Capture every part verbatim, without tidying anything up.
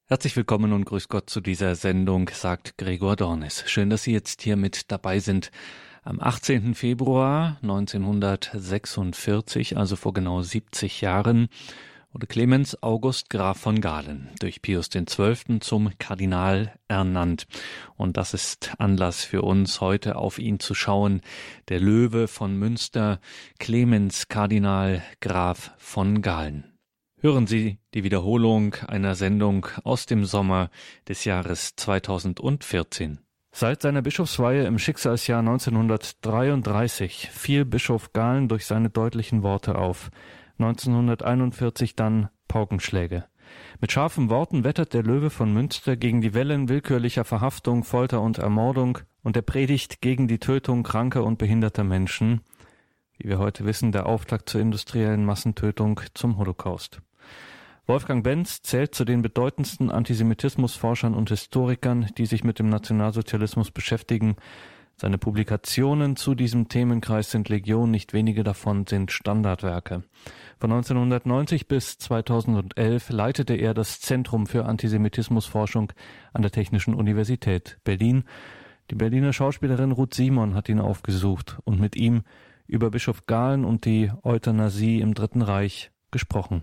Herzlich willkommen und grüß Gott zu dieser Sendung, sagt Gregor Dornis. Schön, dass Sie jetzt hier mit dabei sind. Am achtzehnten Februar neunzehnhundertsechsundvierzig, also vor genau siebzig Jahren, wurde Clemens August Graf von Galen durch Pius der Zwölfte zum Kardinal ernannt. Und das ist Anlass für uns, heute auf ihn zu schauen. Der Löwe von Münster, Clemens Kardinal Graf von Galen. Hören Sie die Wiederholung einer Sendung aus dem Sommer des Jahres zweitausendvierzehn. Seit seiner Bischofsweihe im Schicksalsjahr neunzehnhundertdreiunddreißig fiel Bischof Galen durch seine deutlichen Worte auf. neunzehnhunderteinundvierzig dann Paukenschläge. Mit scharfen Worten wettert der Löwe von Münster gegen die Wellen willkürlicher Verhaftung, Folter und Ermordung und er predigt gegen die Tötung kranker und behinderter Menschen. Wie wir heute wissen, der Auftakt zur industriellen Massentötung zum Holocaust. Wolfgang Benz zählt zu den bedeutendsten Antisemitismusforschern und Historikern, die sich mit dem Nationalsozialismus beschäftigen. Seine Publikationen zu diesem Themenkreis sind Legion, nicht wenige davon sind Standardwerke. Von neunzehnhundertneunzig bis zweitausendelf leitete er das Zentrum für Antisemitismusforschung an der Technischen Universität Berlin. Die Berliner Schauspielerin Ruth Simon hat ihn aufgesucht und mit ihm über Bischof Galen und die Euthanasie im Dritten Reich gesprochen.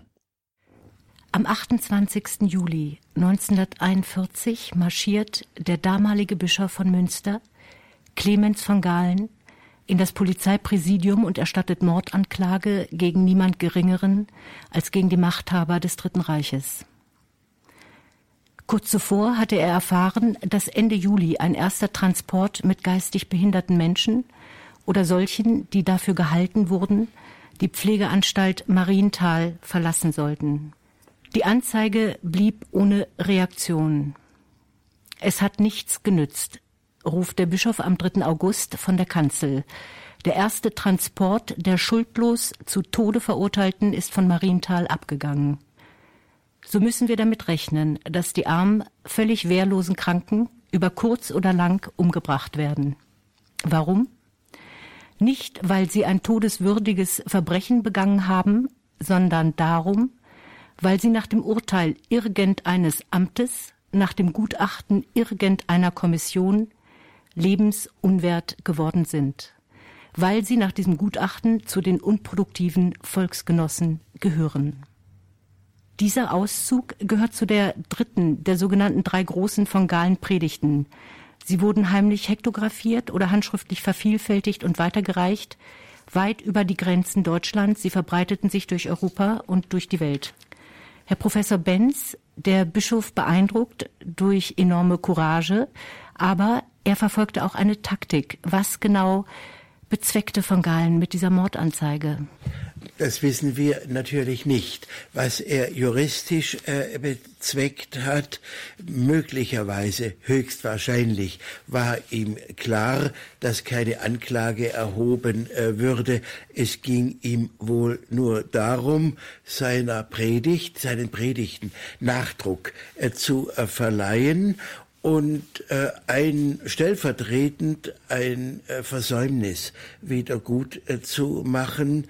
Am achtundzwanzigsten Juli neunzehnhunderteinundvierzig marschiert der damalige Bischof von Münster, Clemens von Galen, in das Polizeipräsidium und erstattet Mordanklage gegen niemand Geringeren als gegen die Machthaber des Dritten Reiches. Kurz zuvor hatte er erfahren, dass Ende Juli ein erster Transport mit geistig behinderten Menschen oder solchen, die dafür gehalten wurden, die Pflegeanstalt Marienthal verlassen sollten. Die Anzeige blieb ohne Reaktion. Es hat nichts genützt, ruft der Bischof am dritten August von der Kanzel. Der erste Transport der schuldlos zu Tode Verurteilten ist von Marienthal abgegangen. So müssen wir damit rechnen, dass die armen, völlig wehrlosen Kranken über kurz oder lang umgebracht werden. Warum? Nicht, weil sie ein todeswürdiges Verbrechen begangen haben, sondern darum, weil sie nach dem Urteil irgendeines Amtes, nach dem Gutachten irgendeiner Kommission lebensunwert geworden sind, weil sie nach diesem Gutachten zu den unproduktiven Volksgenossen gehören. Dieser Auszug gehört zu der dritten der sogenannten drei großen von Galen Predigten. Sie wurden heimlich hektografiert oder handschriftlich vervielfältigt und weitergereicht, weit über die Grenzen Deutschlands. Sie verbreiteten sich durch Europa und durch die Welt. Herr Professor Benz, der Bischof beeindruckt durch enorme Courage, aber er verfolgte auch eine Taktik. Was genau bezweckte von Galen mit dieser Mordanzeige? Das wissen wir natürlich nicht. Was er juristisch äh, bezweckt hat, möglicherweise, höchstwahrscheinlich, war ihm klar, dass keine Anklage erhoben äh, würde. Es ging ihm wohl nur darum, seiner Predigt, seinen Predigten Nachdruck äh, zu äh, verleihen und äh, ein stellvertretend ein äh, Versäumnis wieder gut äh, zu machen,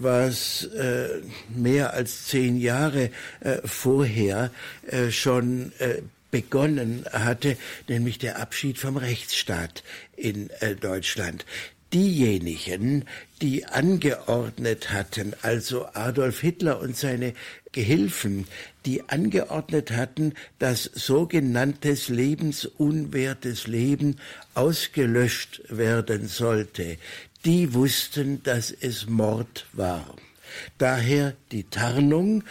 was äh, mehr als zehn Jahre äh, vorher äh, schon äh, begonnen hatte, nämlich der Abschied vom Rechtsstaat in äh, Deutschland. Diejenigen, die angeordnet hatten, also Adolf Hitler und seine Gehilfen, die angeordnet hatten, dass sogenanntes lebensunwertes Leben ausgelöscht werden sollte, die wussten, dass es Mord war. Daher die Tarnung,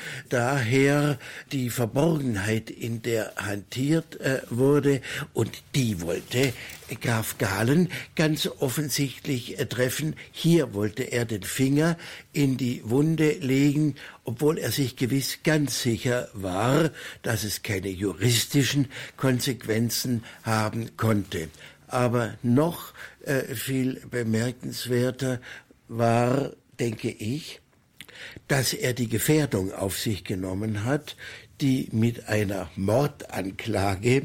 daher die Verborgenheit, in der hantiert äh, wurde, und die wollte Graf Galen ganz offensichtlich äh, treffen. Hier wollte er den Finger in die Wunde legen, obwohl er sich gewiss ganz sicher war, dass es keine juristischen Konsequenzen haben konnte. Aber noch äh, viel bemerkenswerter war, denke ich, dass er die Gefährdung auf sich genommen hat, die mit einer Mordanklage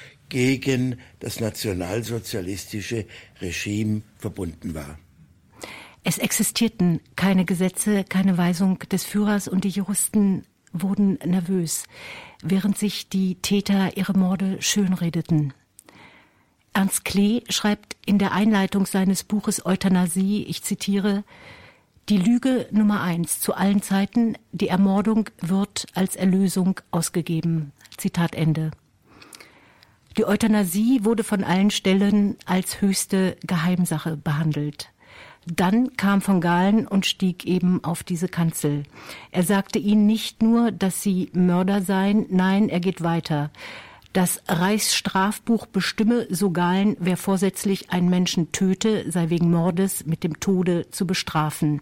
gegen das nationalsozialistische Regime verbunden war. Es existierten keine Gesetze, keine Weisung des Führers und die Juristen wurden nervös, während sich die Täter ihre Morde schönredeten. Ernst Klee schreibt in der Einleitung seines Buches Euthanasie, ich zitiere, die Lüge Nummer eins zu allen Zeiten, die Ermordung wird als Erlösung ausgegeben. Zitat Ende. Die Euthanasie wurde von allen Stellen als höchste Geheimsache behandelt. Dann kam von Galen und stieg eben auf diese Kanzel. Er sagte ihnen nicht nur, dass sie Mörder seien, nein, er geht weiter. Das Reichsstrafbuch bestimme, so Galen, wer vorsätzlich einen Menschen töte, sei wegen Mordes mit dem Tode zu bestrafen.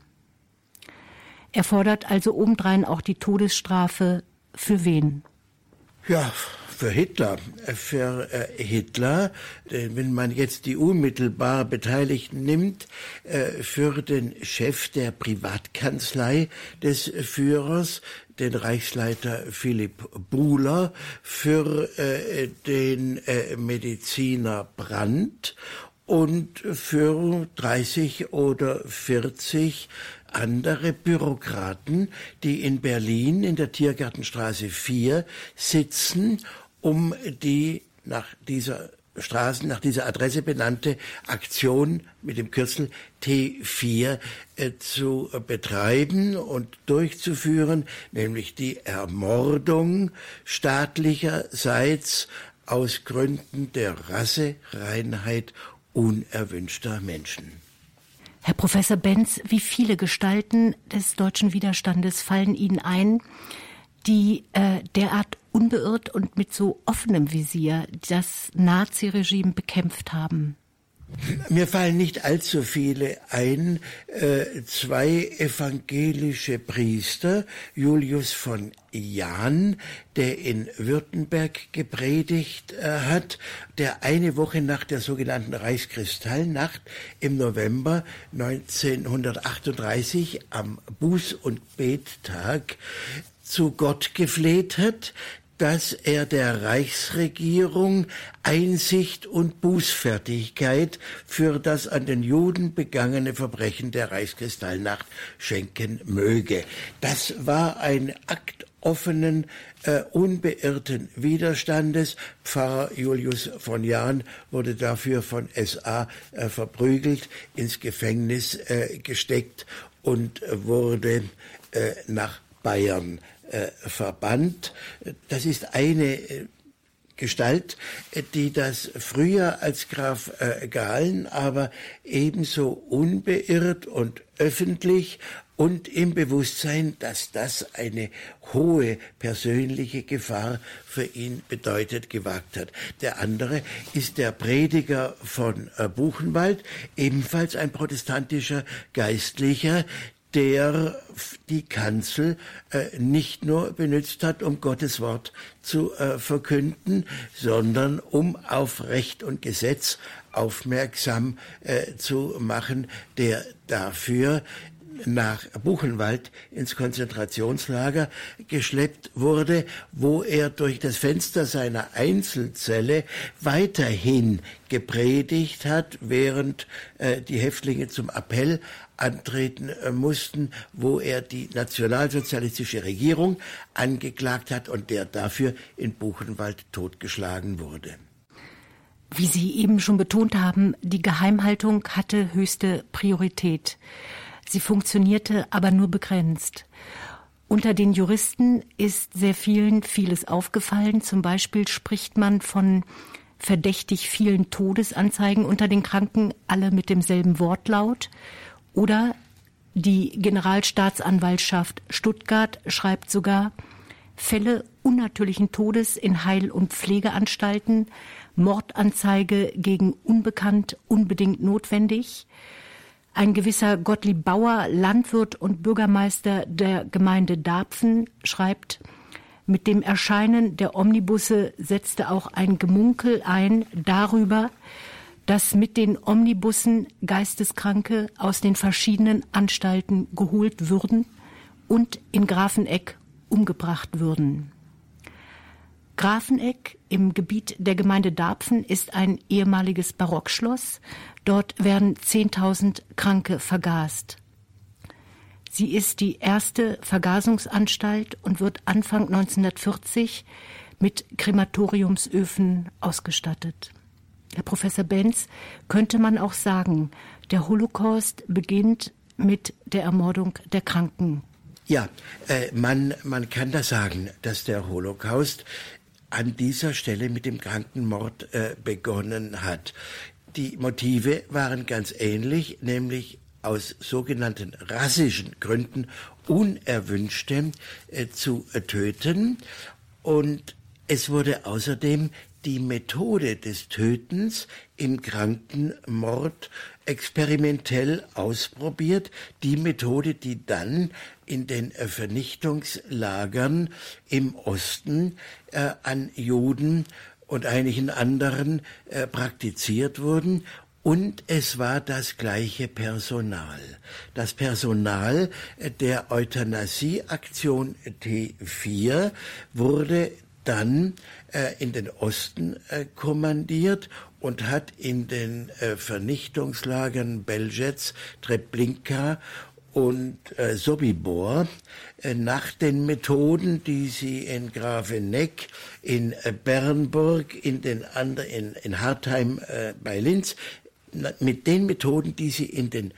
Er fordert also obendrein auch die Todesstrafe. Für wen? Ja, für Hitler. Für äh, Hitler, äh, wenn man jetzt die unmittelbar Beteiligten nimmt, äh, für den Chef der Privatkanzlei des Führers, den Reichsleiter Philipp Buhler, für äh, den äh, Mediziner Brandt und für dreißig oder vierzig andere Bürokraten, die in Berlin in der Tiergartenstraße vier sitzen, um die nach dieser Straßen, nach dieser Adresse benannte Aktion mit dem Kürzel T vier äh, zu betreiben und durchzuführen, nämlich die Ermordung staatlicherseits aus Gründen der Rassereinheit unerwünschter Menschen. Herr Professor Benz, wie viele Gestalten des deutschen Widerstandes fallen Ihnen ein, die äh, derart unbeirrt und mit so offenem Visier das Naziregime bekämpft haben? Mir fallen nicht allzu viele ein. Äh, zwei evangelische Priester, Julius von Jahn, der in Württemberg gepredigt äh, hat, der eine Woche nach der sogenannten Reichskristallnacht im November neunzehnhundertachtunddreißig am Buß- und Bettag zu Gott gefleht hat, dass er der Reichsregierung Einsicht und Bußfertigkeit für das an den Juden begangene Verbrechen der Reichskristallnacht schenken möge. Das war ein Akt offenen, äh, unbeirrten Widerstandes. Pfarrer Julius von Jahn wurde dafür von S A äh, verprügelt, ins Gefängnis äh, gesteckt und äh, wurde äh, nach Bayern Äh, verbannt. Das ist eine äh, Gestalt, äh, die das früher als Graf äh, Galen aber ebenso unbeirrt und öffentlich und im Bewusstsein, dass das eine hohe persönliche Gefahr für ihn bedeutet, gewagt hat. Der andere ist der Prediger von äh, Buchenwald, ebenfalls ein protestantischer Geistlicher, der die Kanzel äh, nicht nur benutzt hat, um Gottes Wort zu äh, verkünden, sondern um auf Recht und Gesetz aufmerksam äh, zu machen, der dafür nach Buchenwald ins Konzentrationslager geschleppt wurde, wo er durch das Fenster seiner Einzelzelle weiterhin gepredigt hat, während äh, die Häftlinge zum Appell antreten äh, mussten, wo er die nationalsozialistische Regierung angeklagt hat und der dafür in Buchenwald totgeschlagen wurde. Wie Sie eben schon betont haben, die Geheimhaltung hatte höchste Priorität. Sie funktionierte aber nur begrenzt. Unter den Juristen ist sehr vielen vieles aufgefallen. Zum Beispiel spricht man von verdächtig vielen Todesanzeigen unter den Kranken, alle mit demselben Wortlaut. Oder die Generalstaatsanwaltschaft Stuttgart schreibt sogar, Fälle unnatürlichen Todes in Heil- und Pflegeanstalten, Mordanzeige gegen Unbekannt unbedingt notwendig. Ein gewisser Gottlieb Bauer, Landwirt und Bürgermeister der Gemeinde Dapfen, schreibt, mit dem Erscheinen der Omnibusse setzte auch ein Gemunkel ein darüber, dass mit den Omnibussen Geisteskranke aus den verschiedenen Anstalten geholt würden und in Grafeneck umgebracht würden. Grafeneck im Gebiet der Gemeinde Dapfen ist ein ehemaliges Barockschloss. Dort werden zehntausend Kranke vergast. Sie ist die erste Vergasungsanstalt und wird Anfang neunzehnhundertvierzig mit Krematoriumsöfen ausgestattet. Herr Professor Benz, könnte man auch sagen, der Holocaust beginnt mit der Ermordung der Kranken? Ja, äh, man, man kann das sagen, dass der Holocaust an dieser Stelle mit dem Krankenmord äh, begonnen hat. Die Motive waren ganz ähnlich, nämlich aus sogenannten rassischen Gründen Unerwünschte äh, zu äh, töten. Und es wurde außerdem die Methode des Tötens im Krankenmord experimentell ausprobiert. Die Methode, die dann in den äh, Vernichtungslagern im Osten äh, an Juden und einigen anderen äh, praktiziert wurden. Und es war das gleiche Personal. Das Personal der Euthanasie-Aktion T vier wurde dann äh, in den Osten äh, kommandiert und hat in den äh, Vernichtungslagern Belzec, Treblinka und äh, Sobibor äh, nach den Methoden, die sie in Grafeneck, in äh, Bernburg, in den andre, in, in Hartheim äh, bei Linz, mit den Methoden, die sie in den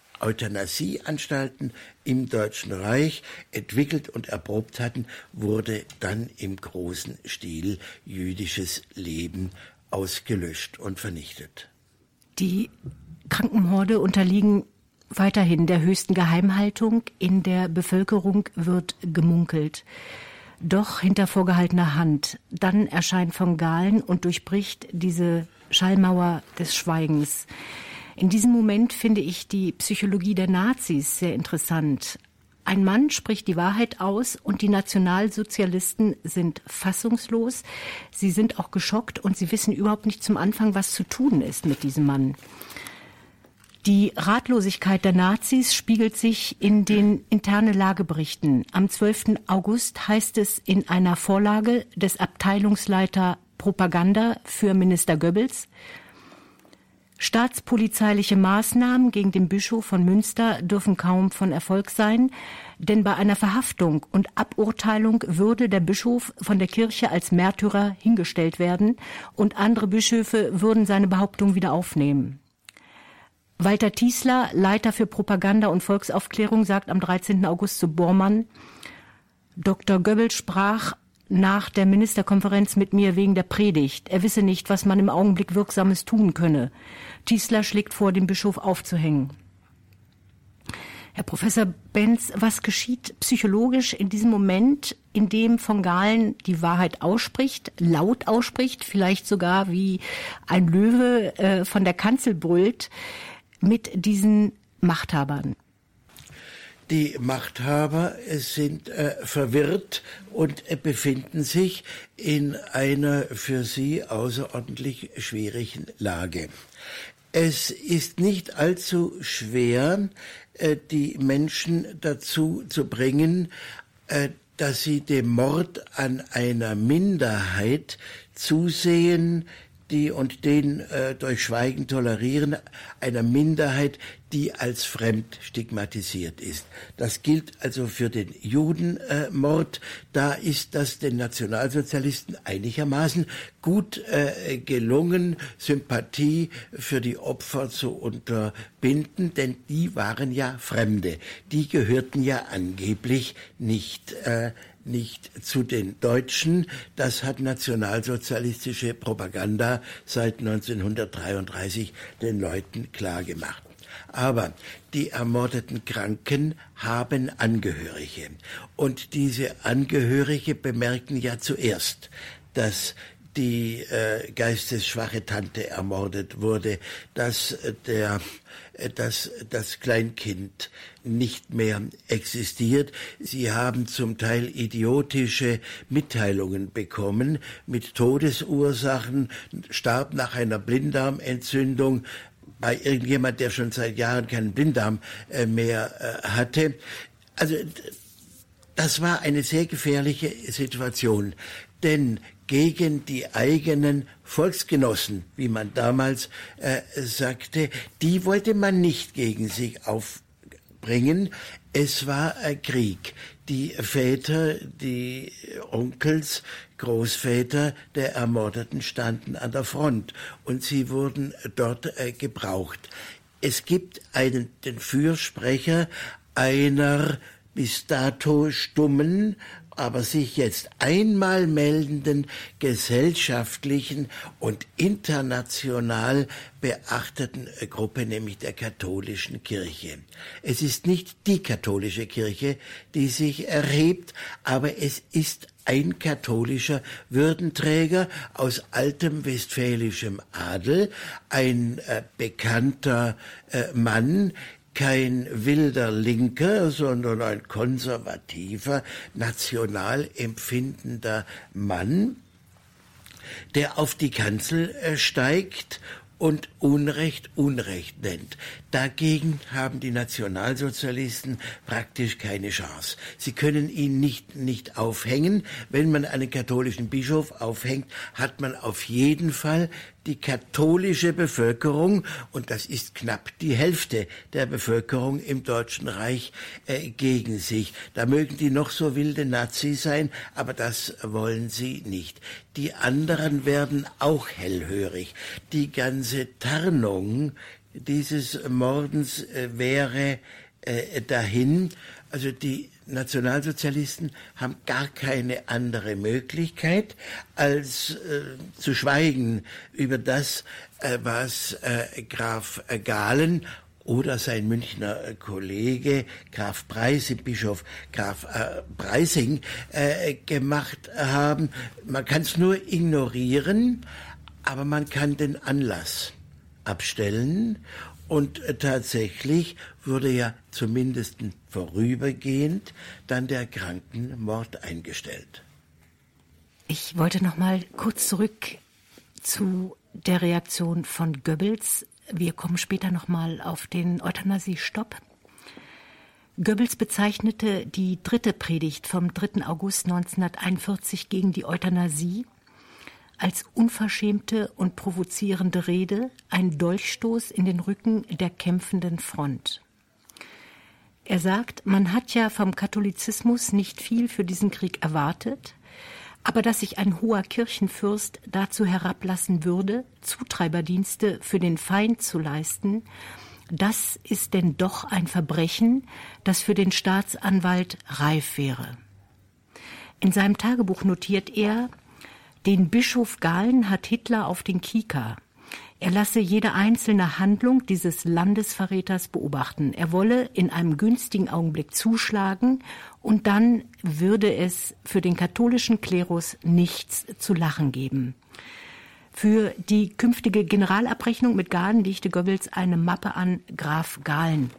Euthanasieanstalten im Deutschen Reich entwickelt und erprobt hatten, wurde dann im großen Stil jüdisches Leben ausgelöscht und vernichtet. Die Krankenmorde unterliegen weiterhin der höchsten Geheimhaltung. In der Bevölkerung wird gemunkelt. Doch hinter vorgehaltener Hand. Dann erscheint von Galen und durchbricht diese Schallmauer des Schweigens. In diesem Moment finde ich die Psychologie der Nazis sehr interessant. Ein Mann spricht die Wahrheit aus und die Nationalsozialisten sind fassungslos. Sie sind auch geschockt und sie wissen überhaupt nicht zum Anfang, was zu tun ist mit diesem Mann. Die Ratlosigkeit der Nazis spiegelt sich in den internen Lageberichten. Am zwölften August heißt es in einer Vorlage des Abteilungsleiter Propaganda für Minister Goebbels: Staatspolizeiliche Maßnahmen gegen den Bischof von Münster dürfen kaum von Erfolg sein, denn bei einer Verhaftung und Aburteilung würde der Bischof von der Kirche als Märtyrer hingestellt werden und andere Bischöfe würden seine Behauptung wieder aufnehmen. Walter Tiesler, Leiter für Propaganda und Volksaufklärung, sagt am dreizehnten August zu Bormann: Doktor Goebbels sprach nach der Ministerkonferenz mit mir wegen der Predigt. Er wisse nicht, was man im Augenblick Wirksames tun könne. Tiesler schlägt vor, den Bischof aufzuhängen. Herr Professor Benz, was geschieht psychologisch in diesem Moment, in dem von Galen die Wahrheit ausspricht, laut ausspricht, vielleicht sogar wie ein Löwe äh, von der Kanzel brüllt, mit diesen Machthabern? Die Machthaber sind äh, verwirrt und äh, befinden sich in einer für sie außerordentlich schwierigen Lage. Es ist nicht allzu schwer, äh, die Menschen dazu zu bringen, äh, dass sie dem Mord an einer Minderheit zusehen, die und den äh, durch Schweigen tolerieren, einer Minderheit, die als fremd stigmatisiert ist. Das gilt also für den Judenmord. Äh, da ist das den Nationalsozialisten einigermaßen gut äh, gelungen, Sympathie für die Opfer zu unterbinden, denn die waren ja Fremde. Die gehörten ja angeblich nicht äh, nicht zu den Deutschen. Das hat nationalsozialistische Propaganda seit neunzehnhundertdreiunddreißig den Leuten klargemacht. Aber die ermordeten Kranken haben Angehörige. Und diese Angehörige bemerken ja zuerst, dass die äh, geistesschwache Tante ermordet wurde, dass äh, der äh, dass das Kleinkind nicht mehr existiert. Sie haben zum Teil idiotische Mitteilungen bekommen mit Todesursachen, starb nach einer Blinddarmentzündung bei irgendjemand, der schon seit Jahren keinen Blinddarm äh, mehr äh, hatte. Also das war eine sehr gefährliche Situation, denn gegen die eigenen Volksgenossen, wie man damals äh, sagte, die wollte man nicht gegen sich aufbringen. Es war ein Krieg. Die Väter, die Onkels, Großväter der Ermordeten standen an der Front und sie wurden dort äh, gebraucht. Es gibt einen, den Fürsprecher einer bis dato stummen, aber sich jetzt einmal meldenden gesellschaftlichen und international beachteten Gruppe, nämlich der katholischen Kirche. Es ist nicht die katholische Kirche, die sich erhebt, aber es ist ein katholischer Würdenträger aus altem westfälischem Adel, ein äh, bekannter äh, Mann, kein wilder Linker, sondern ein konservativer, national empfindender Mann, der auf die Kanzel äh, steigt und Unrecht Unrecht nennt. Dagegen haben die Nationalsozialisten praktisch keine Chance. Sie können ihn nicht, nicht aufhängen. Wenn man einen katholischen Bischof aufhängt, hat man auf jeden Fall die katholische Bevölkerung, und das ist knapp die Hälfte der Bevölkerung im Deutschen Reich, äh, gegen sich. Da mögen die noch so wilde Nazis sein, aber das wollen sie nicht. Die anderen werden auch hellhörig. Die ganze Tarnung dieses Mordens äh, wäre äh, dahin. Also die Nationalsozialisten haben gar keine andere Möglichkeit, als äh, zu schweigen über das, äh, was äh, Graf Gahlen oder sein Münchner Kollege Graf Preysing, Bischof Graf äh, Preysing äh, gemacht haben. Man kann es nur ignorieren, aber man kann den Anlass abstellen. Und tatsächlich wurde ja zumindest vorübergehend dann der Krankenmord eingestellt. Ich wollte noch mal kurz zurück zu der Reaktion von Goebbels. Wir kommen später noch mal auf den Euthanasie-Stopp. Goebbels bezeichnete die dritte Predigt vom dritten August neunzehnhunderteinundvierzig gegen die Euthanasie als unverschämte und provozierende Rede, ein Dolchstoß in den Rücken der kämpfenden Front. Er sagt, man hat ja vom Katholizismus nicht viel für diesen Krieg erwartet, aber dass sich ein hoher Kirchenfürst dazu herablassen würde, Zutreiberdienste für den Feind zu leisten, das ist denn doch ein Verbrechen, das für den Staatsanwalt reif wäre. In seinem Tagebuch notiert er, den Bischof Gahlen hat Hitler auf den Kieker. Er lasse jede einzelne Handlung dieses Landesverräters beobachten. Er wolle in einem günstigen Augenblick zuschlagen und dann würde es für den katholischen Klerus nichts zu lachen geben. Für die künftige Generalabrechnung mit Gahlen legte Goebbels eine Mappe an Graf Gahlen.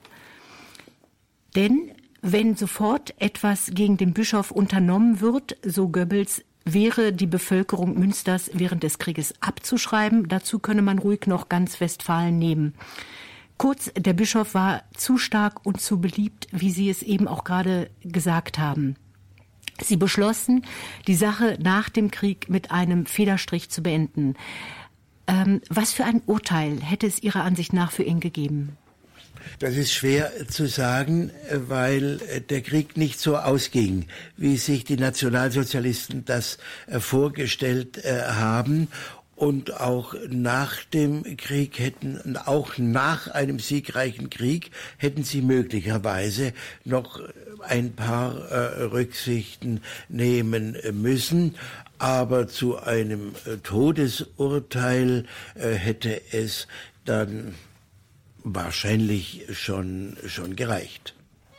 Denn wenn sofort etwas gegen den Bischof unternommen wird, so Goebbels, wäre die Bevölkerung Münsters während des Krieges abzuschreiben. Dazu könne man ruhig noch ganz Westfalen nehmen. Kurz, der Bischof war zu stark und zu beliebt, wie Sie es eben auch gerade gesagt haben. Sie beschlossen, die Sache nach dem Krieg mit einem Federstrich zu beenden. Ähm, was für ein Urteil hätte es Ihrer Ansicht nach für ihn gegeben? Das ist schwer zu sagen, weil der Krieg nicht so ausging, wie sich die Nationalsozialisten das vorgestellt haben. Und auch nach dem Krieg hätten, auch nach einem siegreichen Krieg, hätten sie möglicherweise noch ein paar äh, Rücksichten nehmen müssen. Aber zu einem äh, Todesurteil äh, hätte es dann wahrscheinlich schon, schon gereicht.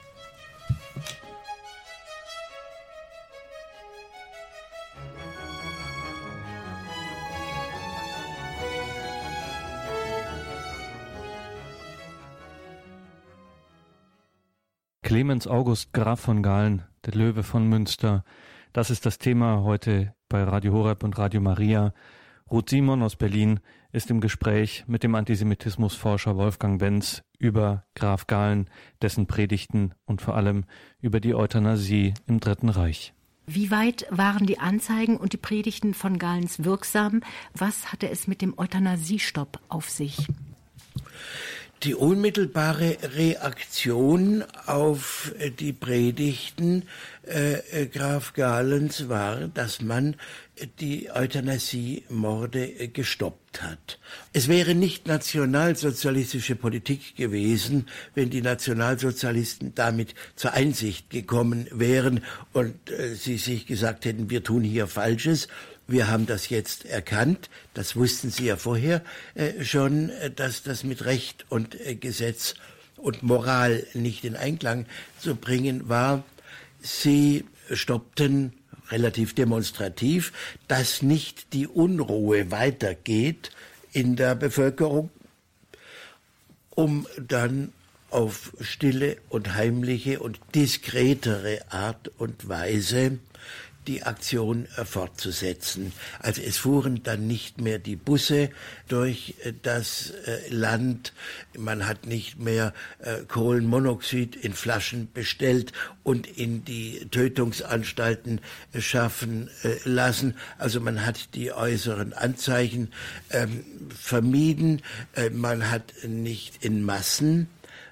Clemens August Graf von Gahlen, der Löwe von Münster. Das ist das Thema heute bei Radio Horeb und Radio Maria. Ruth Simon aus Berlin ist im Gespräch mit dem Antisemitismusforscher Wolfgang Wenz über Graf Gahlen, dessen Predigten und vor allem über die Euthanasie im Dritten Reich. Wie weit waren die Anzeigen und die Predigten von Gahlens wirksam? Was hatte es mit dem Euthanasiestopp auf sich? Die unmittelbare Reaktion auf die Predigten äh, Graf Galens war, dass man die Euthanasie-Morde gestoppt hat. Es wäre nicht nationalsozialistische Politik gewesen, wenn die Nationalsozialisten damit zur Einsicht gekommen wären und äh, sie sich gesagt hätten, wir tun hier Falsches. Wir haben das jetzt erkannt, das wussten Sie ja vorher äh, schon, äh, dass das mit Recht und äh, Gesetz und Moral nicht in Einklang zu bringen war. Sie stoppten relativ demonstrativ, dass nicht die Unruhe weitergeht in der Bevölkerung, um dann auf stille und heimliche und diskretere Art und Weise die Aktion fortzusetzen. Also es fuhren dann nicht mehr die Busse durch das Land, man hat nicht mehr Kohlenmonoxid in Flaschen bestellt und in die Tötungsanstalten schaffen lassen. Also man hat die äußeren Anzeichen ähm, vermieden, man hat nicht in Massen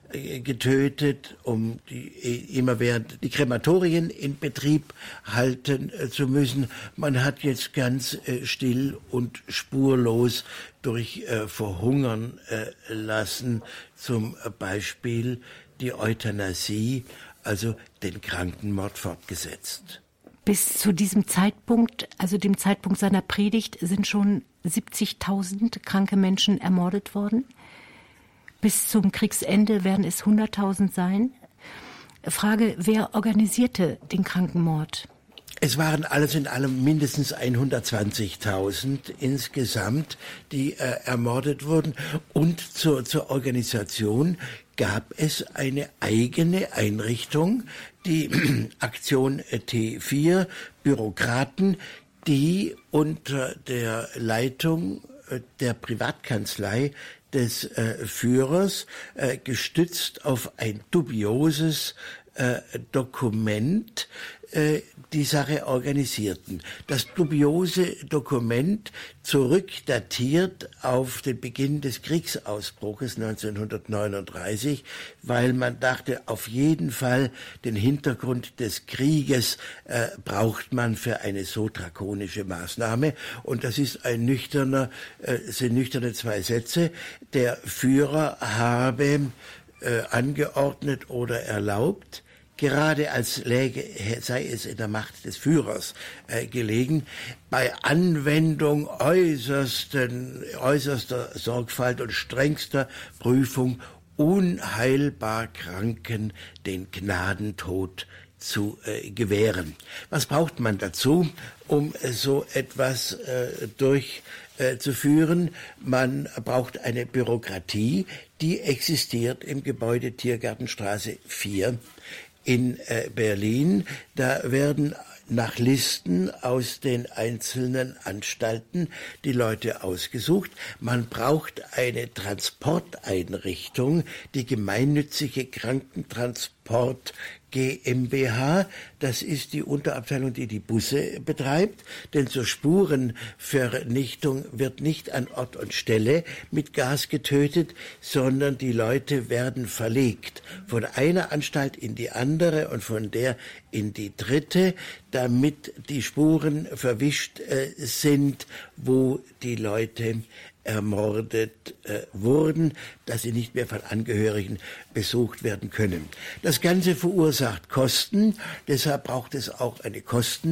getötet, um die immerwährend die Krematorien in Betrieb halten äh, zu müssen. Man hat jetzt ganz äh, still und spurlos durch äh, Verhungern äh, lassen, zum Beispiel die Euthanasie, also den Krankenmord fortgesetzt. Bis zu diesem Zeitpunkt, also dem Zeitpunkt seiner Predigt, sind schon siebzigtausend kranke Menschen ermordet worden. Bis zum Kriegsende werden es hunderttausend sein. Frage, wer organisierte den Krankenmord? Es waren alles in allem mindestens hundertzwanzigtausend insgesamt, die äh, ermordet wurden. Und zur, zur Organisation gab es eine eigene Einrichtung, die Aktion T vier, Bürokraten, die unter der Leitung äh, der Privatkanzlei des äh, Führers, äh, gestützt auf ein dubioses äh, Dokument, äh, die Sache organisierten. Das dubiose Dokument zurückdatiert auf den Beginn des Kriegsausbruches neunzehnhundertneununddreißig, weil man dachte, auf jeden Fall den Hintergrund des Krieges äh, braucht man für eine so drakonische Maßnahme. Und das ist ein nüchterner, äh, sind nüchterne zwei Sätze. Der Führer habe äh, angeordnet oder erlaubt, gerade als läge, sei es in der Macht des Führers äh, gelegen, bei Anwendung äußersten, äußerster Sorgfalt und strengster Prüfung unheilbar Kranken den Gnadentod zu äh, gewähren. Was braucht man dazu, um äh, so etwas äh, durchzuführen? Man braucht eine Bürokratie, die existiert im Gebäude Tiergartenstraße vier in äh, Berlin. Da werden nach Listen aus den einzelnen Anstalten die Leute ausgesucht. Man braucht eine Transporteinrichtung, die gemeinnützige Krankentransport GmbH, das ist die Unterabteilung, die die Busse betreibt, denn zur Spurenvernichtung wird nicht an Ort und Stelle mit Gas getötet, sondern die Leute werden verlegt von einer Anstalt in die andere und von der in die dritte, damit die Spuren verwischt äh, sind, wo die Leute ermordet äh, wurden, dass sie nicht mehr von Angehörigen besucht werden können. Das Ganze verursacht Kosten, deshalb braucht es auch eine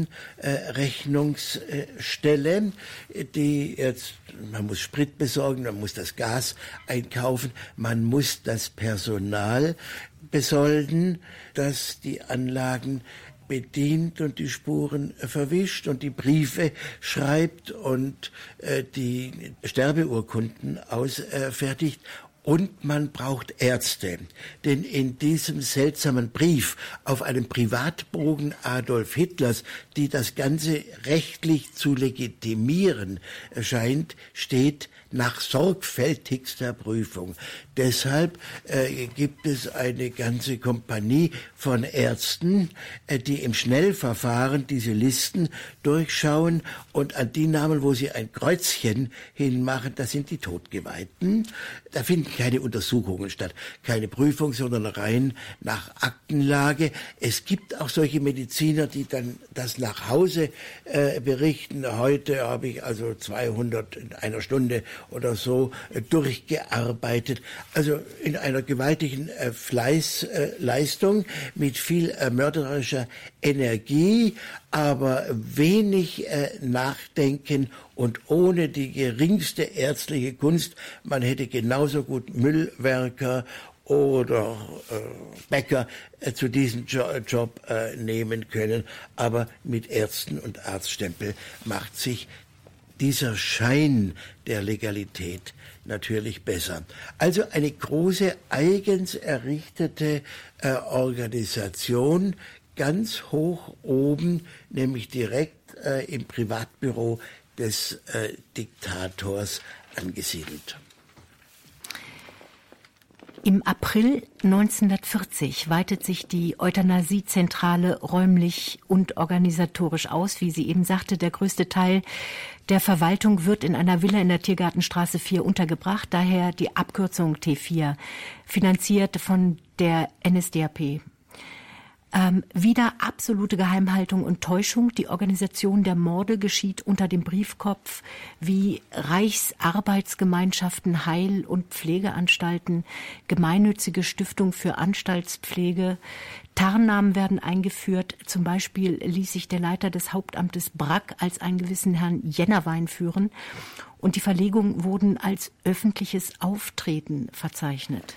Kostenrechnungsstelle, äh, die jetzt, man muss Sprit besorgen, man muss das Gas einkaufen, man muss das Personal besolden, das die Anlagen bedient und die Spuren verwischt und die Briefe schreibt und äh, die Sterbeurkunden ausfertigt. Und man braucht Ärzte, denn in diesem seltsamen Brief auf einem Privatbogen Adolf Hitlers, die das Ganze rechtlich zu legitimieren scheint, steht nach sorgfältigster Prüfung. Deshalb äh, gibt es eine ganze Kompanie von Ärzten, äh, die im Schnellverfahren diese Listen durchschauen und an die Namen, wo sie ein Kreuzchen hinmachen, das sind die Todgeweihten. Da finden keine Untersuchungen statt, keine Prüfung, sondern rein nach Aktenlage. Es gibt auch solche Mediziner, die dann das nach Hause äh, berichten. Heute habe ich also zweihundert in einer Stunde oder so äh, durchgearbeitet. Also in einer gewaltigen äh, Fleißleistung äh, mit viel äh, mörderischer Energie, aber wenig äh, Nachdenken und ohne die geringste ärztliche Kunst. Man hätte genauso gut Müllwerker oder äh, Bäcker äh, zu diesem jo- Job äh, nehmen können. Aber mit Ärzten und Arztstempel macht sich dieser Schein der Legalität natürlich besser. Also eine große eigens errichtete äh, Organisation, ganz hoch oben, nämlich direkt äh, im Privatbüro des äh, Diktators angesiedelt. Im April neunzehnhundertvierzig weitet sich die Euthanasiezentrale räumlich und organisatorisch aus. Wie sie eben sagte, der größte Teil der Verwaltung wird in einer Villa in der Tiergartenstraße vier untergebracht, daher die Abkürzung T vier, finanziert von der N S D A P. Ähm, wieder absolute Geheimhaltung und Täuschung. Die Organisation der Morde geschieht unter dem Briefkopf wie Reichsarbeitsgemeinschaften, Heil- und Pflegeanstalten, gemeinnützige Stiftung für Anstaltspflege. Tarnnamen werden eingeführt. Zum Beispiel ließ sich der Leiter des Hauptamtes Brack als einen gewissen Herrn Jennerwein führen. Und die Verlegungen wurden als öffentliches Auftreten verzeichnet.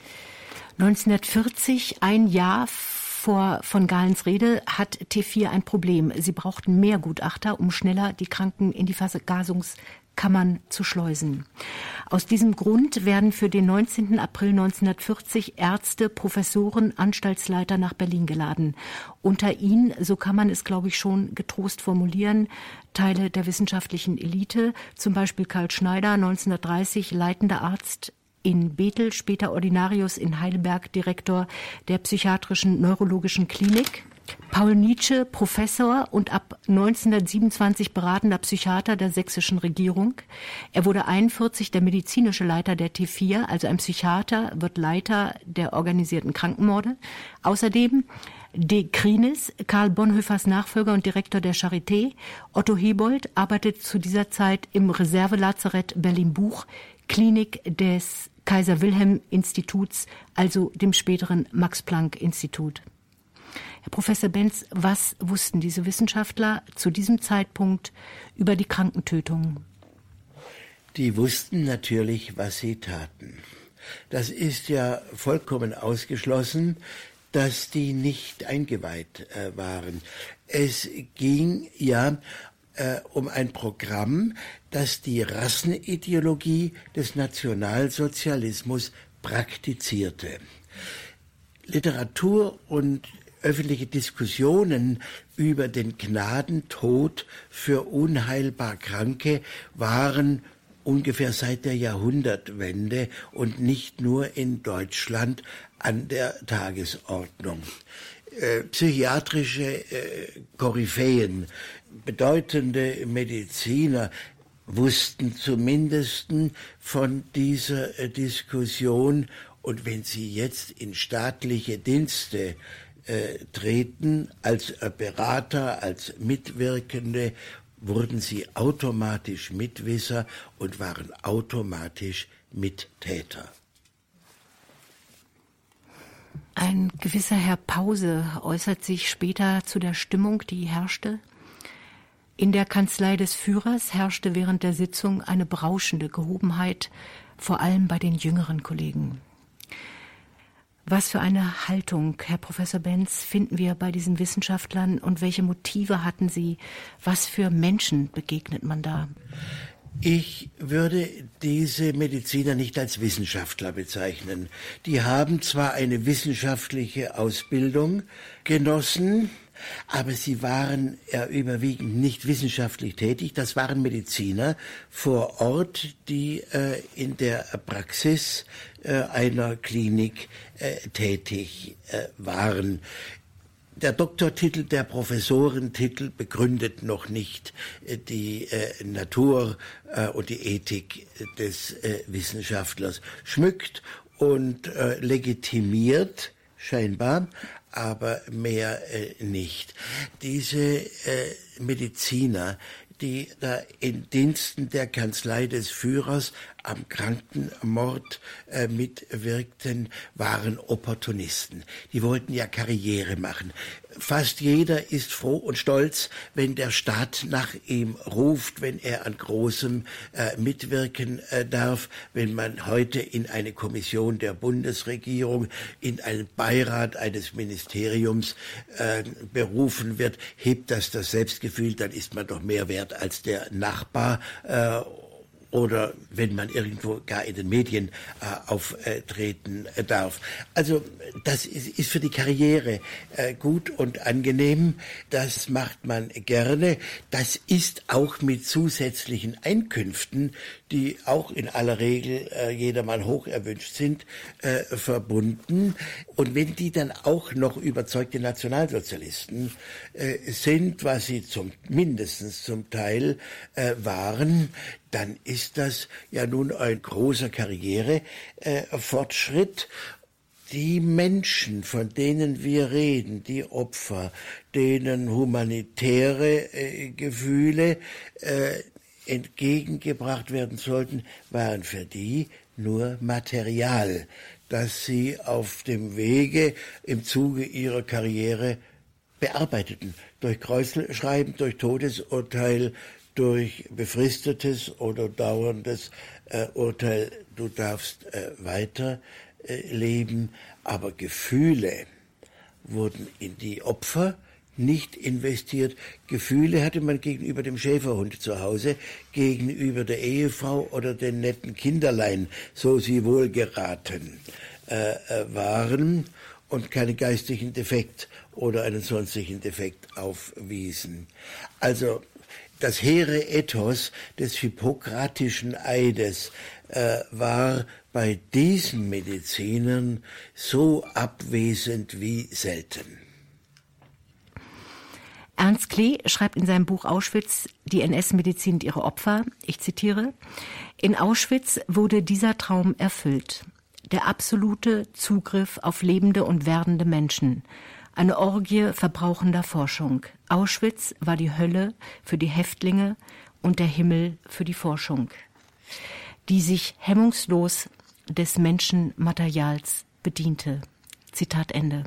neunzehnhundertvierzig, ein Jahr vor von Galens Rede, hat T vier ein Problem. Sie brauchten mehr Gutachter, um schneller die Kranken in die Vergasungskammern zu schleusen. Aus diesem Grund werden für den neunzehnten April neunzehnhundertvierzig Ärzte, Professoren, Anstaltsleiter nach Berlin geladen. Unter ihnen, so kann man es, glaube ich, schon getrost formulieren, Teile der wissenschaftlichen Elite, zum Beispiel Karl Schneider, neunzehnhundertdreißig leitender Arzt in Bethel, später Ordinarius in Heidelberg, Direktor der psychiatrischen neurologischen Klinik. Paul Nietzsche, Professor und ab neunzehnhundertsiebenundzwanzig beratender Psychiater der sächsischen Regierung. Er wurde einundvierzig der medizinische Leiter der T vier, also ein Psychiater wird Leiter der organisierten Krankenmorde. Außerdem De Krinis, Karl Bonhoeffers Nachfolger und Direktor der Charité. Otto Hebold arbeitet zu dieser Zeit im Reservelazarett Berlin-Buch, Klinik des Kaiser-Wilhelm-Instituts, also dem späteren Max-Planck-Institut. Herr Professor Benz, was wussten diese Wissenschaftler zu diesem Zeitpunkt über die Krankentötung? Die wussten natürlich, was sie taten. Das ist ja vollkommen ausgeschlossen, dass die nicht eingeweiht äh, waren. Es ging ja äh, um ein Programm, das die Rassenideologie des Nationalsozialismus praktizierte. Literatur und öffentliche Diskussionen über den Gnadentod für unheilbar Kranke waren ungefähr seit der Jahrhundertwende und nicht nur in Deutschland an der Tagesordnung. Äh, psychiatrische äh, Koryphäen, bedeutende Mediziner wussten zumindest von dieser äh, Diskussion, und wenn sie jetzt in staatliche Dienste äh, treten, als äh, Berater, als Mitwirkende, wurden sie automatisch Mitwisser und waren automatisch Mittäter. Ein gewisser Herr Pause äußert sich später zu der Stimmung, die herrschte. In der Kanzlei des Führers herrschte während der Sitzung eine berauschende Gehobenheit, vor allem bei den jüngeren Kollegen. Was für eine Haltung, Herr Professor Benz, finden wir bei diesen Wissenschaftlern und welche Motive hatten sie? Was für Menschen begegnet man da? Ich würde diese Mediziner nicht als Wissenschaftler bezeichnen. Die haben zwar eine wissenschaftliche Ausbildung genossen, aber sie waren ja überwiegend nicht wissenschaftlich tätig. Das waren Mediziner vor Ort, die äh, in der Praxis äh, einer Klinik äh, tätig äh, waren. Der Doktortitel, der Professorentitel begründet noch nicht die äh, Natur äh, und die Ethik des äh, Wissenschaftlers, schmückt und äh, legitimiert, scheinbar, aber mehr äh, nicht. Diese äh, Mediziner, die da in Diensten der Kanzlei des Führers am Krankenmord äh, mitwirkten, waren Opportunisten. Die wollten ja Karriere machen. Fast jeder ist froh und stolz, wenn der Staat nach ihm ruft, wenn er an Großem äh, mitwirken äh, darf, wenn man heute in eine Kommission der Bundesregierung, in einen Beirat eines Ministeriums äh, berufen wird, hebt das das Selbstgefühl, dann ist man doch mehr wert als der Nachbar, äh, oder wenn man irgendwo gar in den Medien äh, auftreten äh, darf. Also das ist, ist für die Karriere äh, gut und angenehm. Das macht man gerne. Das ist auch mit zusätzlichen Einkünften, die auch in aller Regel äh, jedermann hoch erwünscht sind, äh, verbunden. Und wenn die dann auch noch überzeugte Nationalsozialisten äh, sind, was sie zum mindestens zum Teil äh, waren, dann ist das ja nun ein großer Karrierefortschritt. Äh, die Menschen, von denen wir reden, die Opfer, denen humanitäre äh, Gefühle äh, entgegengebracht werden sollten, waren für die nur Material, das sie auf dem Wege im Zuge ihrer Karriere bearbeiteten. Durch Kreuzschreiben, durch Todesurteil, durch befristetes oder dauerndes äh, Urteil, du darfst äh, weiter äh, leben, aber Gefühle wurden in die Opfer nicht investiert. Gefühle hatte man gegenüber dem Schäferhund zu Hause, gegenüber der Ehefrau oder den netten Kinderlein, so sie wohl geraten äh, äh, waren und keinen geistigen Defekt oder einen sonstigen Defekt aufwiesen. Also das hehre Ethos des hippokratischen Eides äh, war bei diesen Medizinern so abwesend wie selten. Ernst Klee schreibt in seinem Buch Auschwitz, die N S-Medizin und ihre Opfer, ich zitiere, in Auschwitz wurde dieser Traum erfüllt. Der absolute Zugriff auf lebende und werdende Menschen. Eine Orgie verbrauchender Forschung. Auschwitz war die Hölle für die Häftlinge und der Himmel für die Forschung, die sich hemmungslos des Menschenmaterials bediente. Zitat Ende.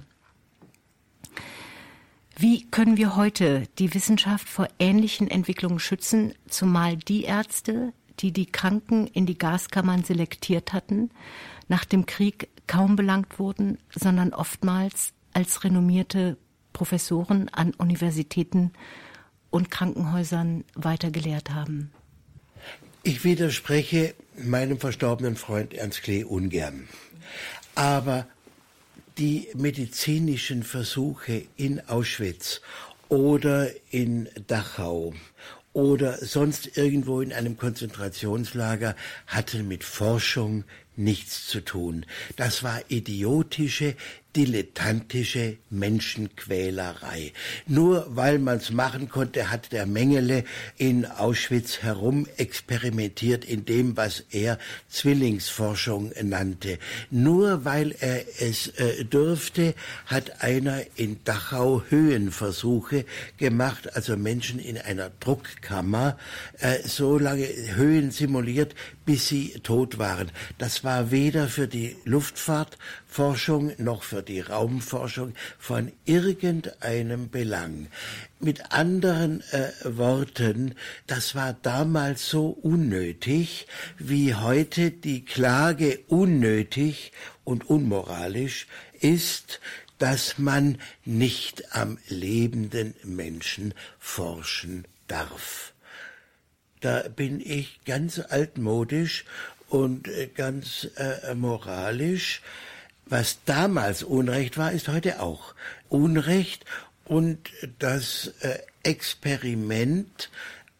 Wie können wir heute die Wissenschaft vor ähnlichen Entwicklungen schützen, zumal die Ärzte, die die Kranken in die Gaskammern selektiert hatten, nach dem Krieg kaum belangt wurden, sondern oftmals als renommierte Professoren an Universitäten und Krankenhäusern weitergelehrt haben? Ich widerspreche meinem verstorbenen Freund Ernst Klee ungern. Aber die medizinischen Versuche in Auschwitz oder in Dachau oder sonst irgendwo in einem Konzentrationslager hatten mit Forschung nichts zu tun. Das war idiotische, dilettantische Menschenquälerei. Nur weil man's machen konnte, hat der Mengele in Auschwitz herum experimentiert in dem, was er Zwillingsforschung nannte. Nur weil er es äh, durfte, hat einer in Dachau Höhenversuche gemacht, also Menschen in einer Druckkammer, äh, so lange Höhen simuliert, bis sie tot waren. Das war weder für die Luftfahrtforschung noch für die Raumforschung von irgendeinem Belang. Mit anderen äh, Worten, das war damals so unnötig, wie heute die Klage unnötig und unmoralisch ist, dass man nicht am lebenden Menschen forschen darf. Da bin ich ganz altmodisch und ganz äh, moralisch. Was damals Unrecht war, ist heute auch Unrecht. Und das äh, Experiment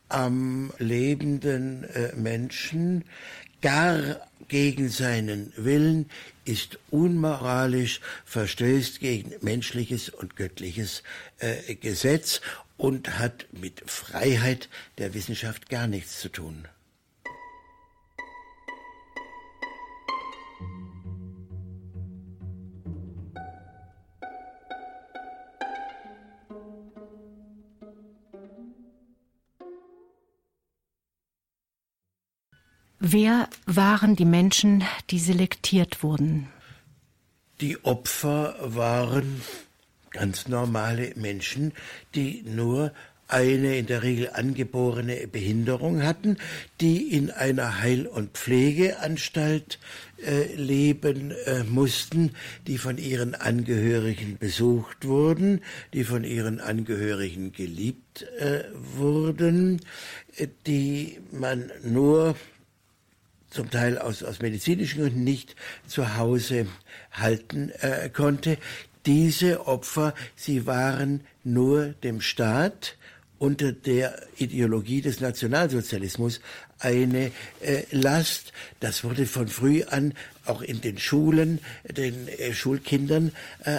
am lebenden äh, Menschen, gar gegen seinen Willen, ist unmoralisch, verstößt gegen menschliches und göttliches äh, Gesetz und hat mit Freiheit der Wissenschaft gar nichts zu tun. Wer waren die Menschen, die selektiert wurden? Die Opfer waren ganz normale Menschen, die nur eine in der Regel angeborene Behinderung hatten, die in einer Heil- und Pflegeanstalt äh, leben äh, mussten, die von ihren Angehörigen besucht wurden, die von ihren Angehörigen geliebt äh, wurden, äh, die man nur zum Teil aus, aus medizinischen Gründen nicht zu Hause halten äh, konnte. Diese Opfer, sie waren nur dem Staat unter der Ideologie des Nationalsozialismus eine äh, Last. Das wurde von früh an auch in den Schulen, den äh, Schulkindern äh,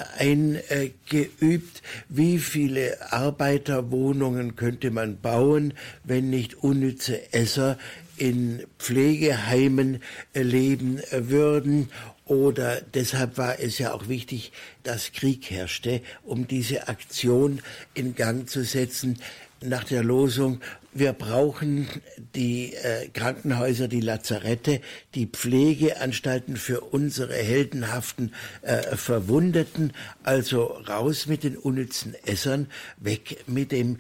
eingeübt. Wie viele Arbeiterwohnungen könnte man bauen, wenn nicht unnütze Esser in Pflegeheimen leben würden? Oder deshalb war es ja auch wichtig, dass Krieg herrschte, um diese Aktion in Gang zu setzen, nach der Losung: Wir brauchen die äh, Krankenhäuser, die Lazarette, die Pflegeanstalten für unsere heldenhaften äh, Verwundeten. Also raus mit den unnützen Essern, weg mit dem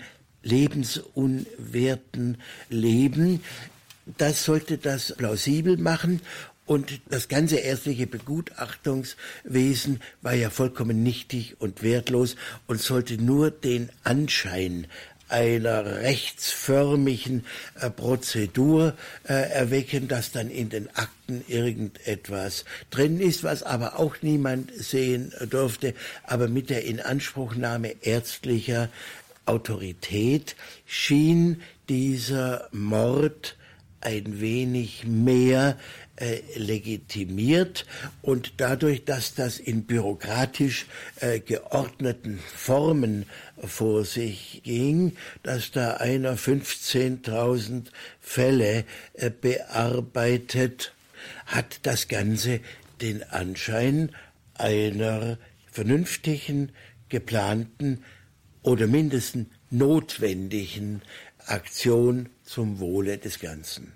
lebensunwerten Leben. Das sollte das plausibel machen. Und das ganze ärztliche Begutachtungswesen war ja vollkommen nichtig und wertlos und sollte nur den Anschein einer rechtsförmigen äh, Prozedur äh, erwecken, dass dann in den Akten irgendetwas drin ist, was aber auch niemand sehen durfte. Aber mit der Inanspruchnahme ärztlicher Autorität schien dieser Mord ein wenig mehr äh, legitimiert, und dadurch, dass das in bürokratisch äh, geordneten Formen vor sich ging, dass da einer fünfzehntausend Fälle äh, bearbeitet, hat das Ganze den Anschein einer vernünftigen, geplanten oder mindestens notwendigen Aktion zum Wohle des Ganzen.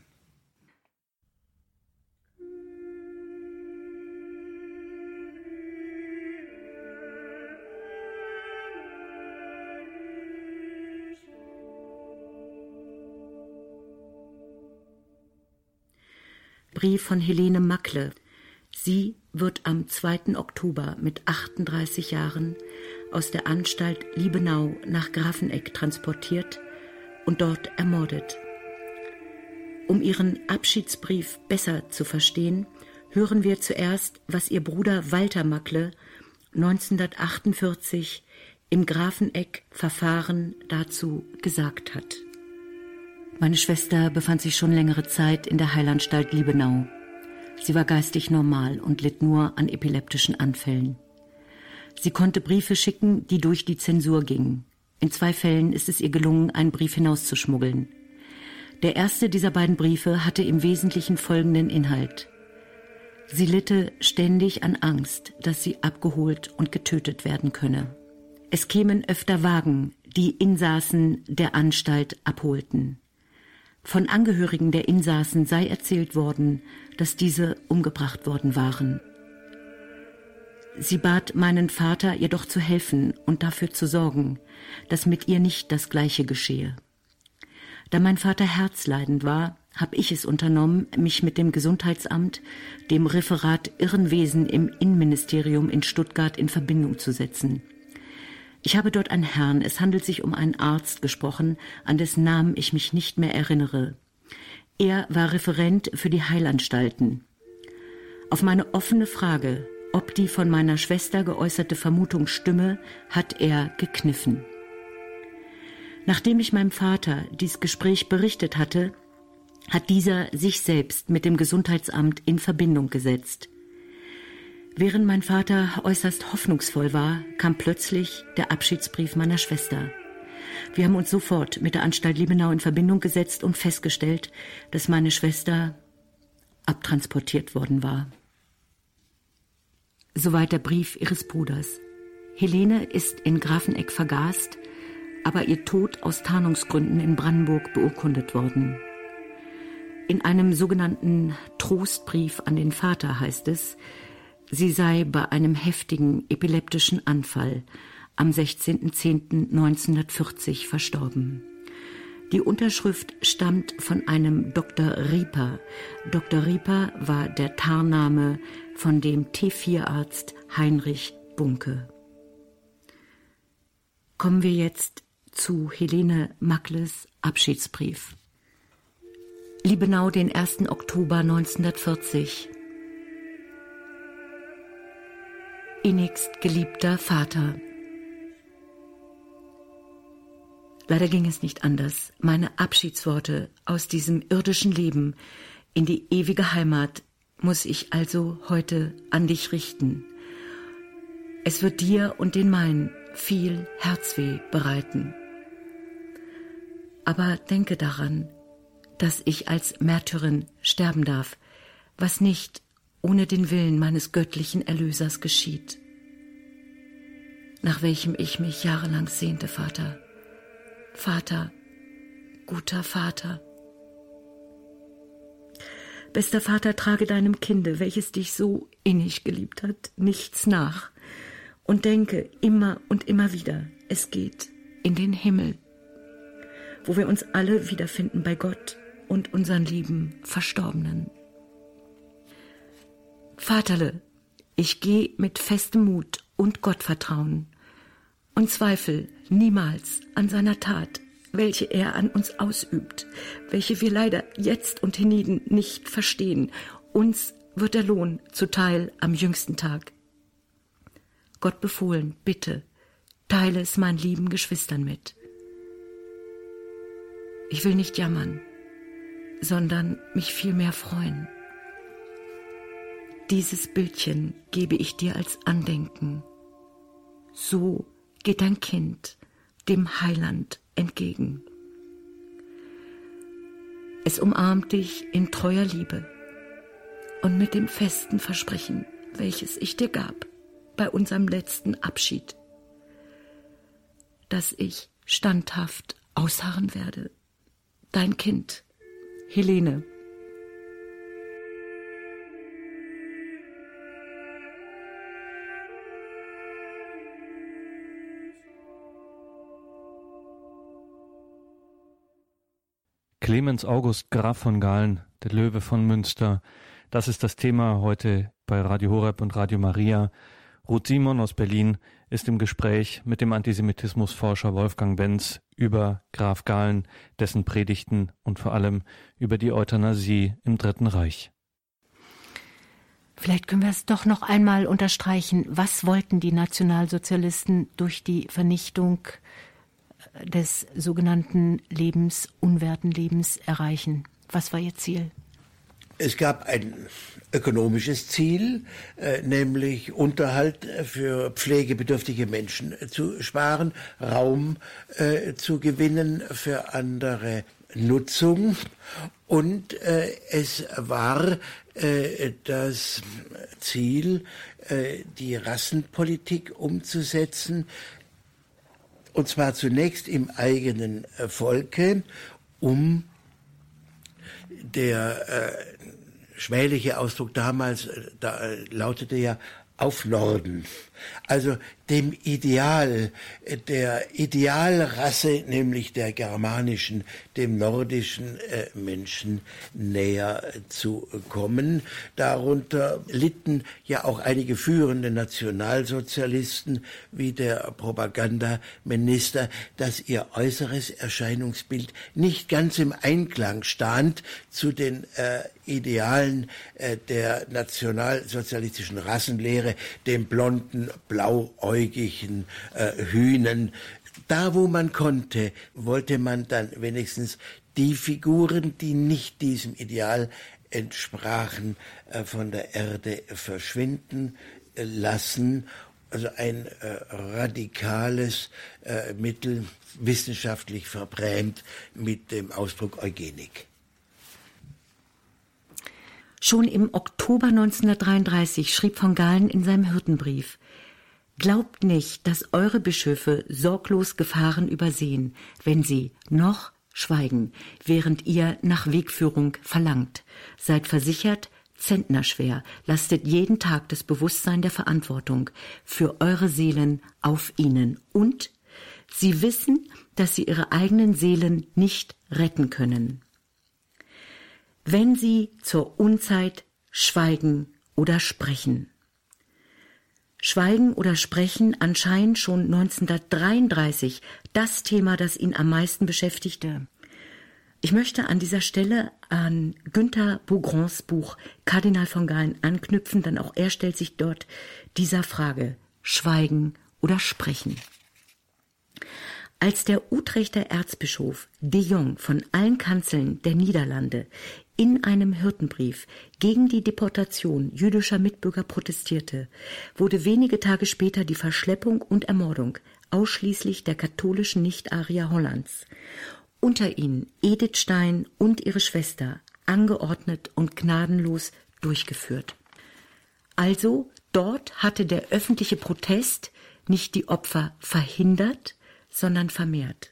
Brief von Helene Mackle. Sie wird am zweiten Oktober mit achtunddreißig Jahren aus der Anstalt Liebenau nach Grafenegg transportiert und dort ermordet. Um ihren Abschiedsbrief besser zu verstehen, hören wir zuerst, was ihr Bruder Walter Mackle neunzehnhundertachtundvierzig im Grafenegg-Verfahren dazu gesagt hat. Meine Schwester befand sich schon längere Zeit in der Heilanstalt Liebenau. Sie war geistig normal und litt nur an epileptischen Anfällen. Sie konnte Briefe schicken, die durch die Zensur gingen. In zwei Fällen ist es ihr gelungen, einen Brief hinauszuschmuggeln. Der erste dieser beiden Briefe hatte im Wesentlichen folgenden Inhalt: Sie litte ständig an Angst, dass sie abgeholt und getötet werden könne. Es kämen öfter Wagen, die Insassen der Anstalt abholten. Von Angehörigen der Insassen sei erzählt worden, dass diese umgebracht worden waren. Sie bat meinen Vater, ihr doch zu helfen und dafür zu sorgen, dass mit ihr nicht das Gleiche geschehe. Da mein Vater herzleidend war, habe ich es unternommen, mich mit dem Gesundheitsamt, dem Referat Irrenwesen im Innenministerium in Stuttgart in Verbindung zu setzen. Ich habe dort einen Herrn, es handelt sich um einen Arzt, gesprochen, an dessen Namen ich mich nicht mehr erinnere. Er war Referent für die Heilanstalten. Auf meine offene Frage, ob die von meiner Schwester geäußerte Vermutung stimme, hat er gekniffen. Nachdem ich meinem Vater dies Gespräch berichtet hatte, hat dieser sich selbst mit dem Gesundheitsamt in Verbindung gesetzt. Während mein Vater äußerst hoffnungsvoll war, kam plötzlich der Abschiedsbrief meiner Schwester. Wir haben uns sofort mit der Anstalt Liebenau in Verbindung gesetzt und festgestellt, dass meine Schwester abtransportiert worden war. Soweit der Brief ihres Bruders. Helene ist in Grafeneck vergast, aber ihr Tod aus Tarnungsgründen in Brandenburg beurkundet worden. In einem sogenannten Trostbrief an den Vater heißt es, sie sei bei einem heftigen epileptischen Anfall am sechzehnten zehnten neunzehnhundertvierzig verstorben. Die Unterschrift stammt von einem Doktor Rieper. Doktor Rieper war der Tarnname von dem T vier Arzt Heinrich Bunke. Kommen wir jetzt zu Helene Mackles Abschiedsbrief. Liebenau, den ersten Oktober neunzehnhundertvierzig. Innigst geliebter Vater. Leider ging es nicht anders. Meine Abschiedsworte aus diesem irdischen Leben in die ewige Heimat muss ich also heute an dich richten. Es wird dir und den meinen viel Herzweh bereiten. Aber denke daran, dass ich als Märtyrin sterben darf, was nicht ohne den Willen meines göttlichen Erlösers geschieht, nach welchem ich mich jahrelang sehnte, Vater. Vater, guter Vater. Bester Vater, trage deinem Kinde, welches dich so innig geliebt hat, nichts nach und denke immer und immer wieder, es geht in den Himmel, wo wir uns alle wiederfinden bei Gott und unseren lieben Verstorbenen. Vaterle, ich gehe mit festem Mut und Gottvertrauen und zweifel niemals an seiner Tat, welche er an uns ausübt, welche wir leider jetzt und hienieden nicht verstehen. Uns wird der Lohn zuteil am jüngsten Tag. Gott befohlen, bitte, teile es meinen lieben Geschwistern mit. Ich will nicht jammern, sondern mich vielmehr freuen. Dieses Bildchen gebe ich dir als Andenken. So geht dein Kind dem Heiland entgegen. Es umarmt dich in treuer Liebe und mit dem festen Versprechen, welches ich dir gab bei unserem letzten Abschied, dass ich standhaft ausharren werde. Dein Kind, Helene. Clemens August Graf von Galen, der Löwe von Münster. Das ist das Thema heute bei Radio Horeb und Radio Maria. Ruth Simon aus Berlin ist im Gespräch mit dem Antisemitismusforscher Wolfgang Benz über Graf Galen, dessen Predigten und vor allem über die Euthanasie im Dritten Reich. Vielleicht können wir es doch noch einmal unterstreichen. Was wollten die Nationalsozialisten durch die Vernichtung des sogenannten Lebens, unwerten Lebens erreichen? Was war ihr Ziel? Es gab ein ökonomisches Ziel, äh, nämlich Unterhalt für pflegebedürftige Menschen äh, zu sparen, Raum äh, zu gewinnen für andere Nutzung. Und äh, es war äh, das Ziel, äh, die Rassenpolitik umzusetzen, und zwar zunächst im eigenen äh, Volke, um der äh, schmähliche Ausdruck damals äh, da, äh, lautete ja auf Norden. Also dem Ideal, äh, der Idealrasse, nämlich der germanischen, dem nordischen äh, Menschen näher äh, zu kommen. Darunter litten ja auch einige führende Nationalsozialisten wie der Propagandaminister, dass ihr äußeres Erscheinungsbild nicht ganz im Einklang stand zu den äh, Idealen äh, der nationalsozialistischen Rassenlehre, dem blonden, blauäugigen äh, Hühnen, Da, wo man konnte, wollte man dann wenigstens die Figuren, die nicht diesem Ideal entsprachen, von der Erde verschwinden lassen. Also ein äh, radikales äh, Mittel, wissenschaftlich verbrämt mit dem Ausdruck Eugenik. Schon im Oktober neunzehnhundertdreiunddreißig schrieb von Galen in seinem Hirtenbrief: Glaubt nicht, dass eure Bischöfe sorglos Gefahren übersehen, wenn sie noch schweigen, während ihr nach Wegführung verlangt. Seid versichert, zentnerschwer lastet jeden Tag das Bewusstsein der Verantwortung für eure Seelen auf ihnen. Und sie wissen, dass sie ihre eigenen Seelen nicht retten können, wenn sie zur Unzeit schweigen oder sprechen. Schweigen oder Sprechen anscheinend schon neunzehnhundertdreiunddreißig das Thema, das ihn am meisten beschäftigte. Ich möchte an dieser Stelle an Günter Bougrons Buch Kardinal von Galen anknüpfen, denn auch er stellt sich dort dieser Frage: Schweigen oder Sprechen. Als der Utrechter Erzbischof de Jong von allen Kanzeln der Niederlande in einem Hirtenbrief gegen die Deportation jüdischer Mitbürger protestierte, wurde wenige Tage später die Verschleppung und Ermordung ausschließlich der katholischen Nicht-Arier Hollands, unter ihnen Edith Stein und ihre Schwester, angeordnet und gnadenlos durchgeführt. Also dort hatte der öffentliche Protest nicht die Opfer verhindert, sondern vermehrt.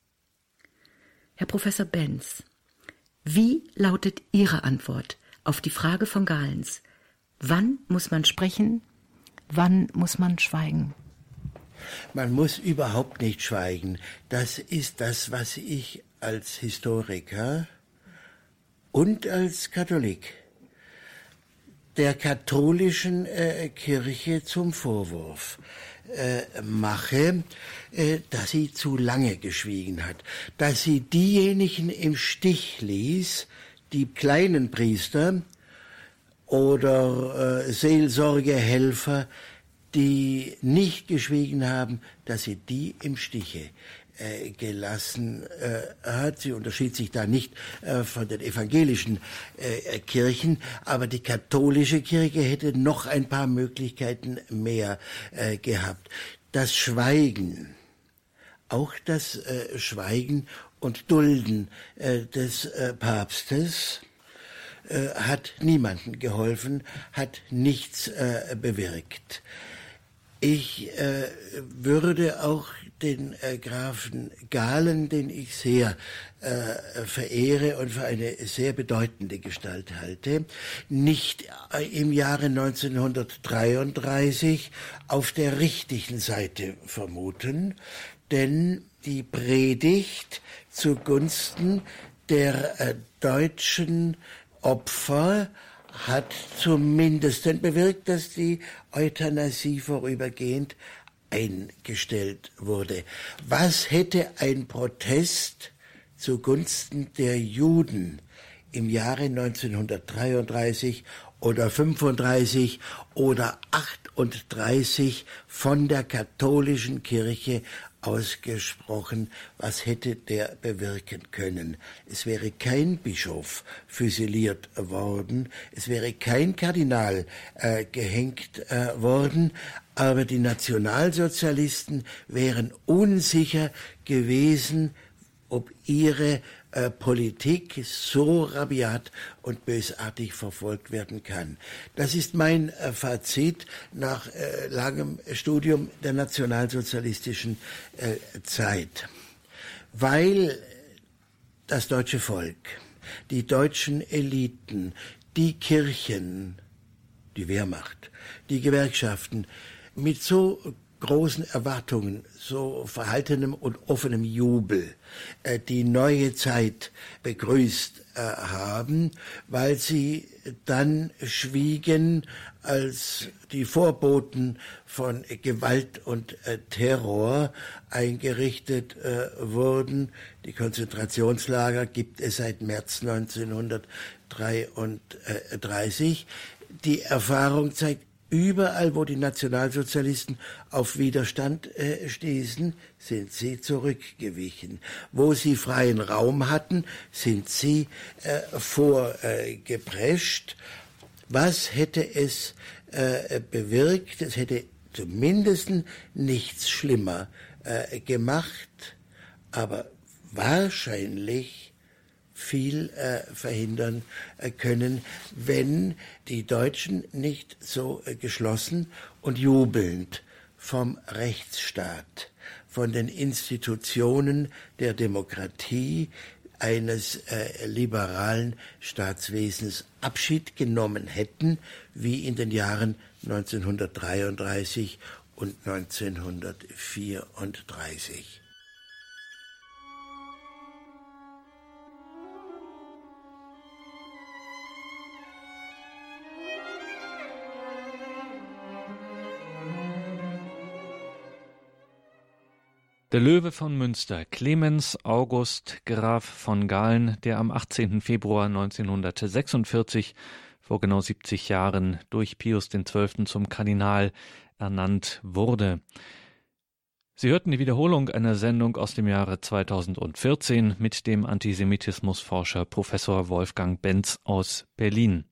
Herr Professor Benz, wie lautet Ihre Antwort auf die Frage von Galens? Wann muss man sprechen, wann muss man schweigen? Man muss überhaupt nicht schweigen. Das ist das, was ich als Historiker und als Katholik der katholischen äh, Kirche zum Vorwurf äh, mache, äh, dass sie zu lange geschwiegen hat, dass sie diejenigen im Stich ließ, die kleinen Priester oder äh, Seelsorgehelfer, die nicht geschwiegen haben, dass sie die im Stiche äh, gelassen äh, hat. Sie unterschied sich da nicht äh, von den evangelischen äh, Kirchen, aber die katholische Kirche hätte noch ein paar Möglichkeiten mehr äh, gehabt. Das Schweigen, auch das äh, Schweigen und Dulden äh, des äh, Papstes äh, hat niemandem geholfen, hat nichts äh, bewirkt. Ich äh, würde auch den äh, Grafen Galen, den ich sehr äh, verehre und für eine sehr bedeutende Gestalt halte, nicht äh, im Jahre neunzehnhundertdreiunddreißig auf der richtigen Seite vermuten, denn die Predigt zugunsten der äh, deutschen Opfer hat zumindest bewirkt, dass die Euthanasie vorübergehend eingestellt wurde. Was hätte ein Protest zugunsten der Juden im Jahre neunzehnhundertdreiunddreißig oder fünfunddreißig oder achtunddreißig von der katholischen Kirche ausgesprochen, was hätte der bewirken können? Es wäre kein Bischof füsiliert worden, es wäre kein Kardinal äh, gehängt äh, worden, aber die Nationalsozialisten wären unsicher gewesen, ob ihre äh, Politik so rabiat und bösartig verfolgt werden kann. Das ist mein äh, Fazit nach äh, langem Studium der nationalsozialistischen äh, Zeit. Weil das deutsche Volk, die deutschen Eliten, die Kirchen, die Wehrmacht, die Gewerkschaften mit so großen Erwartungen, so verhaltenem und offenem Jubel äh, die neue Zeit begrüßt äh, haben, weil sie dann schwiegen, als die Vorboten von Gewalt und äh, Terror eingerichtet äh, wurden. Die Konzentrationslager gibt es seit März neunzehnhundertdreiunddreißig. Die Erfahrung zeigt, Überall, wo die Nationalsozialisten auf Widerstand äh, stießen, sind sie zurückgewichen. Wo sie freien Raum hatten, sind sie äh, vorgeprescht. Äh, Was hätte es äh, bewirkt? Es hätte zumindest nichts schlimmer äh, gemacht, aber wahrscheinlich viel äh, verhindern äh, können, wenn die Deutschen nicht so äh, geschlossen und jubelnd vom Rechtsstaat, von den Institutionen der Demokratie eines äh, liberalen Staatswesens Abschied genommen hätten, wie in den Jahren neunzehnhundertdreiunddreißig und neunzehnhundertvierunddreißig. Der Löwe von Münster, Clemens August Graf von Galen, der am achtzehnten Februar neunzehnhundertsechsundvierzig, vor genau siebzig Jahren, durch Pius den Zwölften zum Kardinal ernannt wurde. Sie hörten die Wiederholung einer Sendung aus dem Jahre zweitausendvierzehn mit dem Antisemitismusforscher Professor Wolfgang Benz aus Berlin.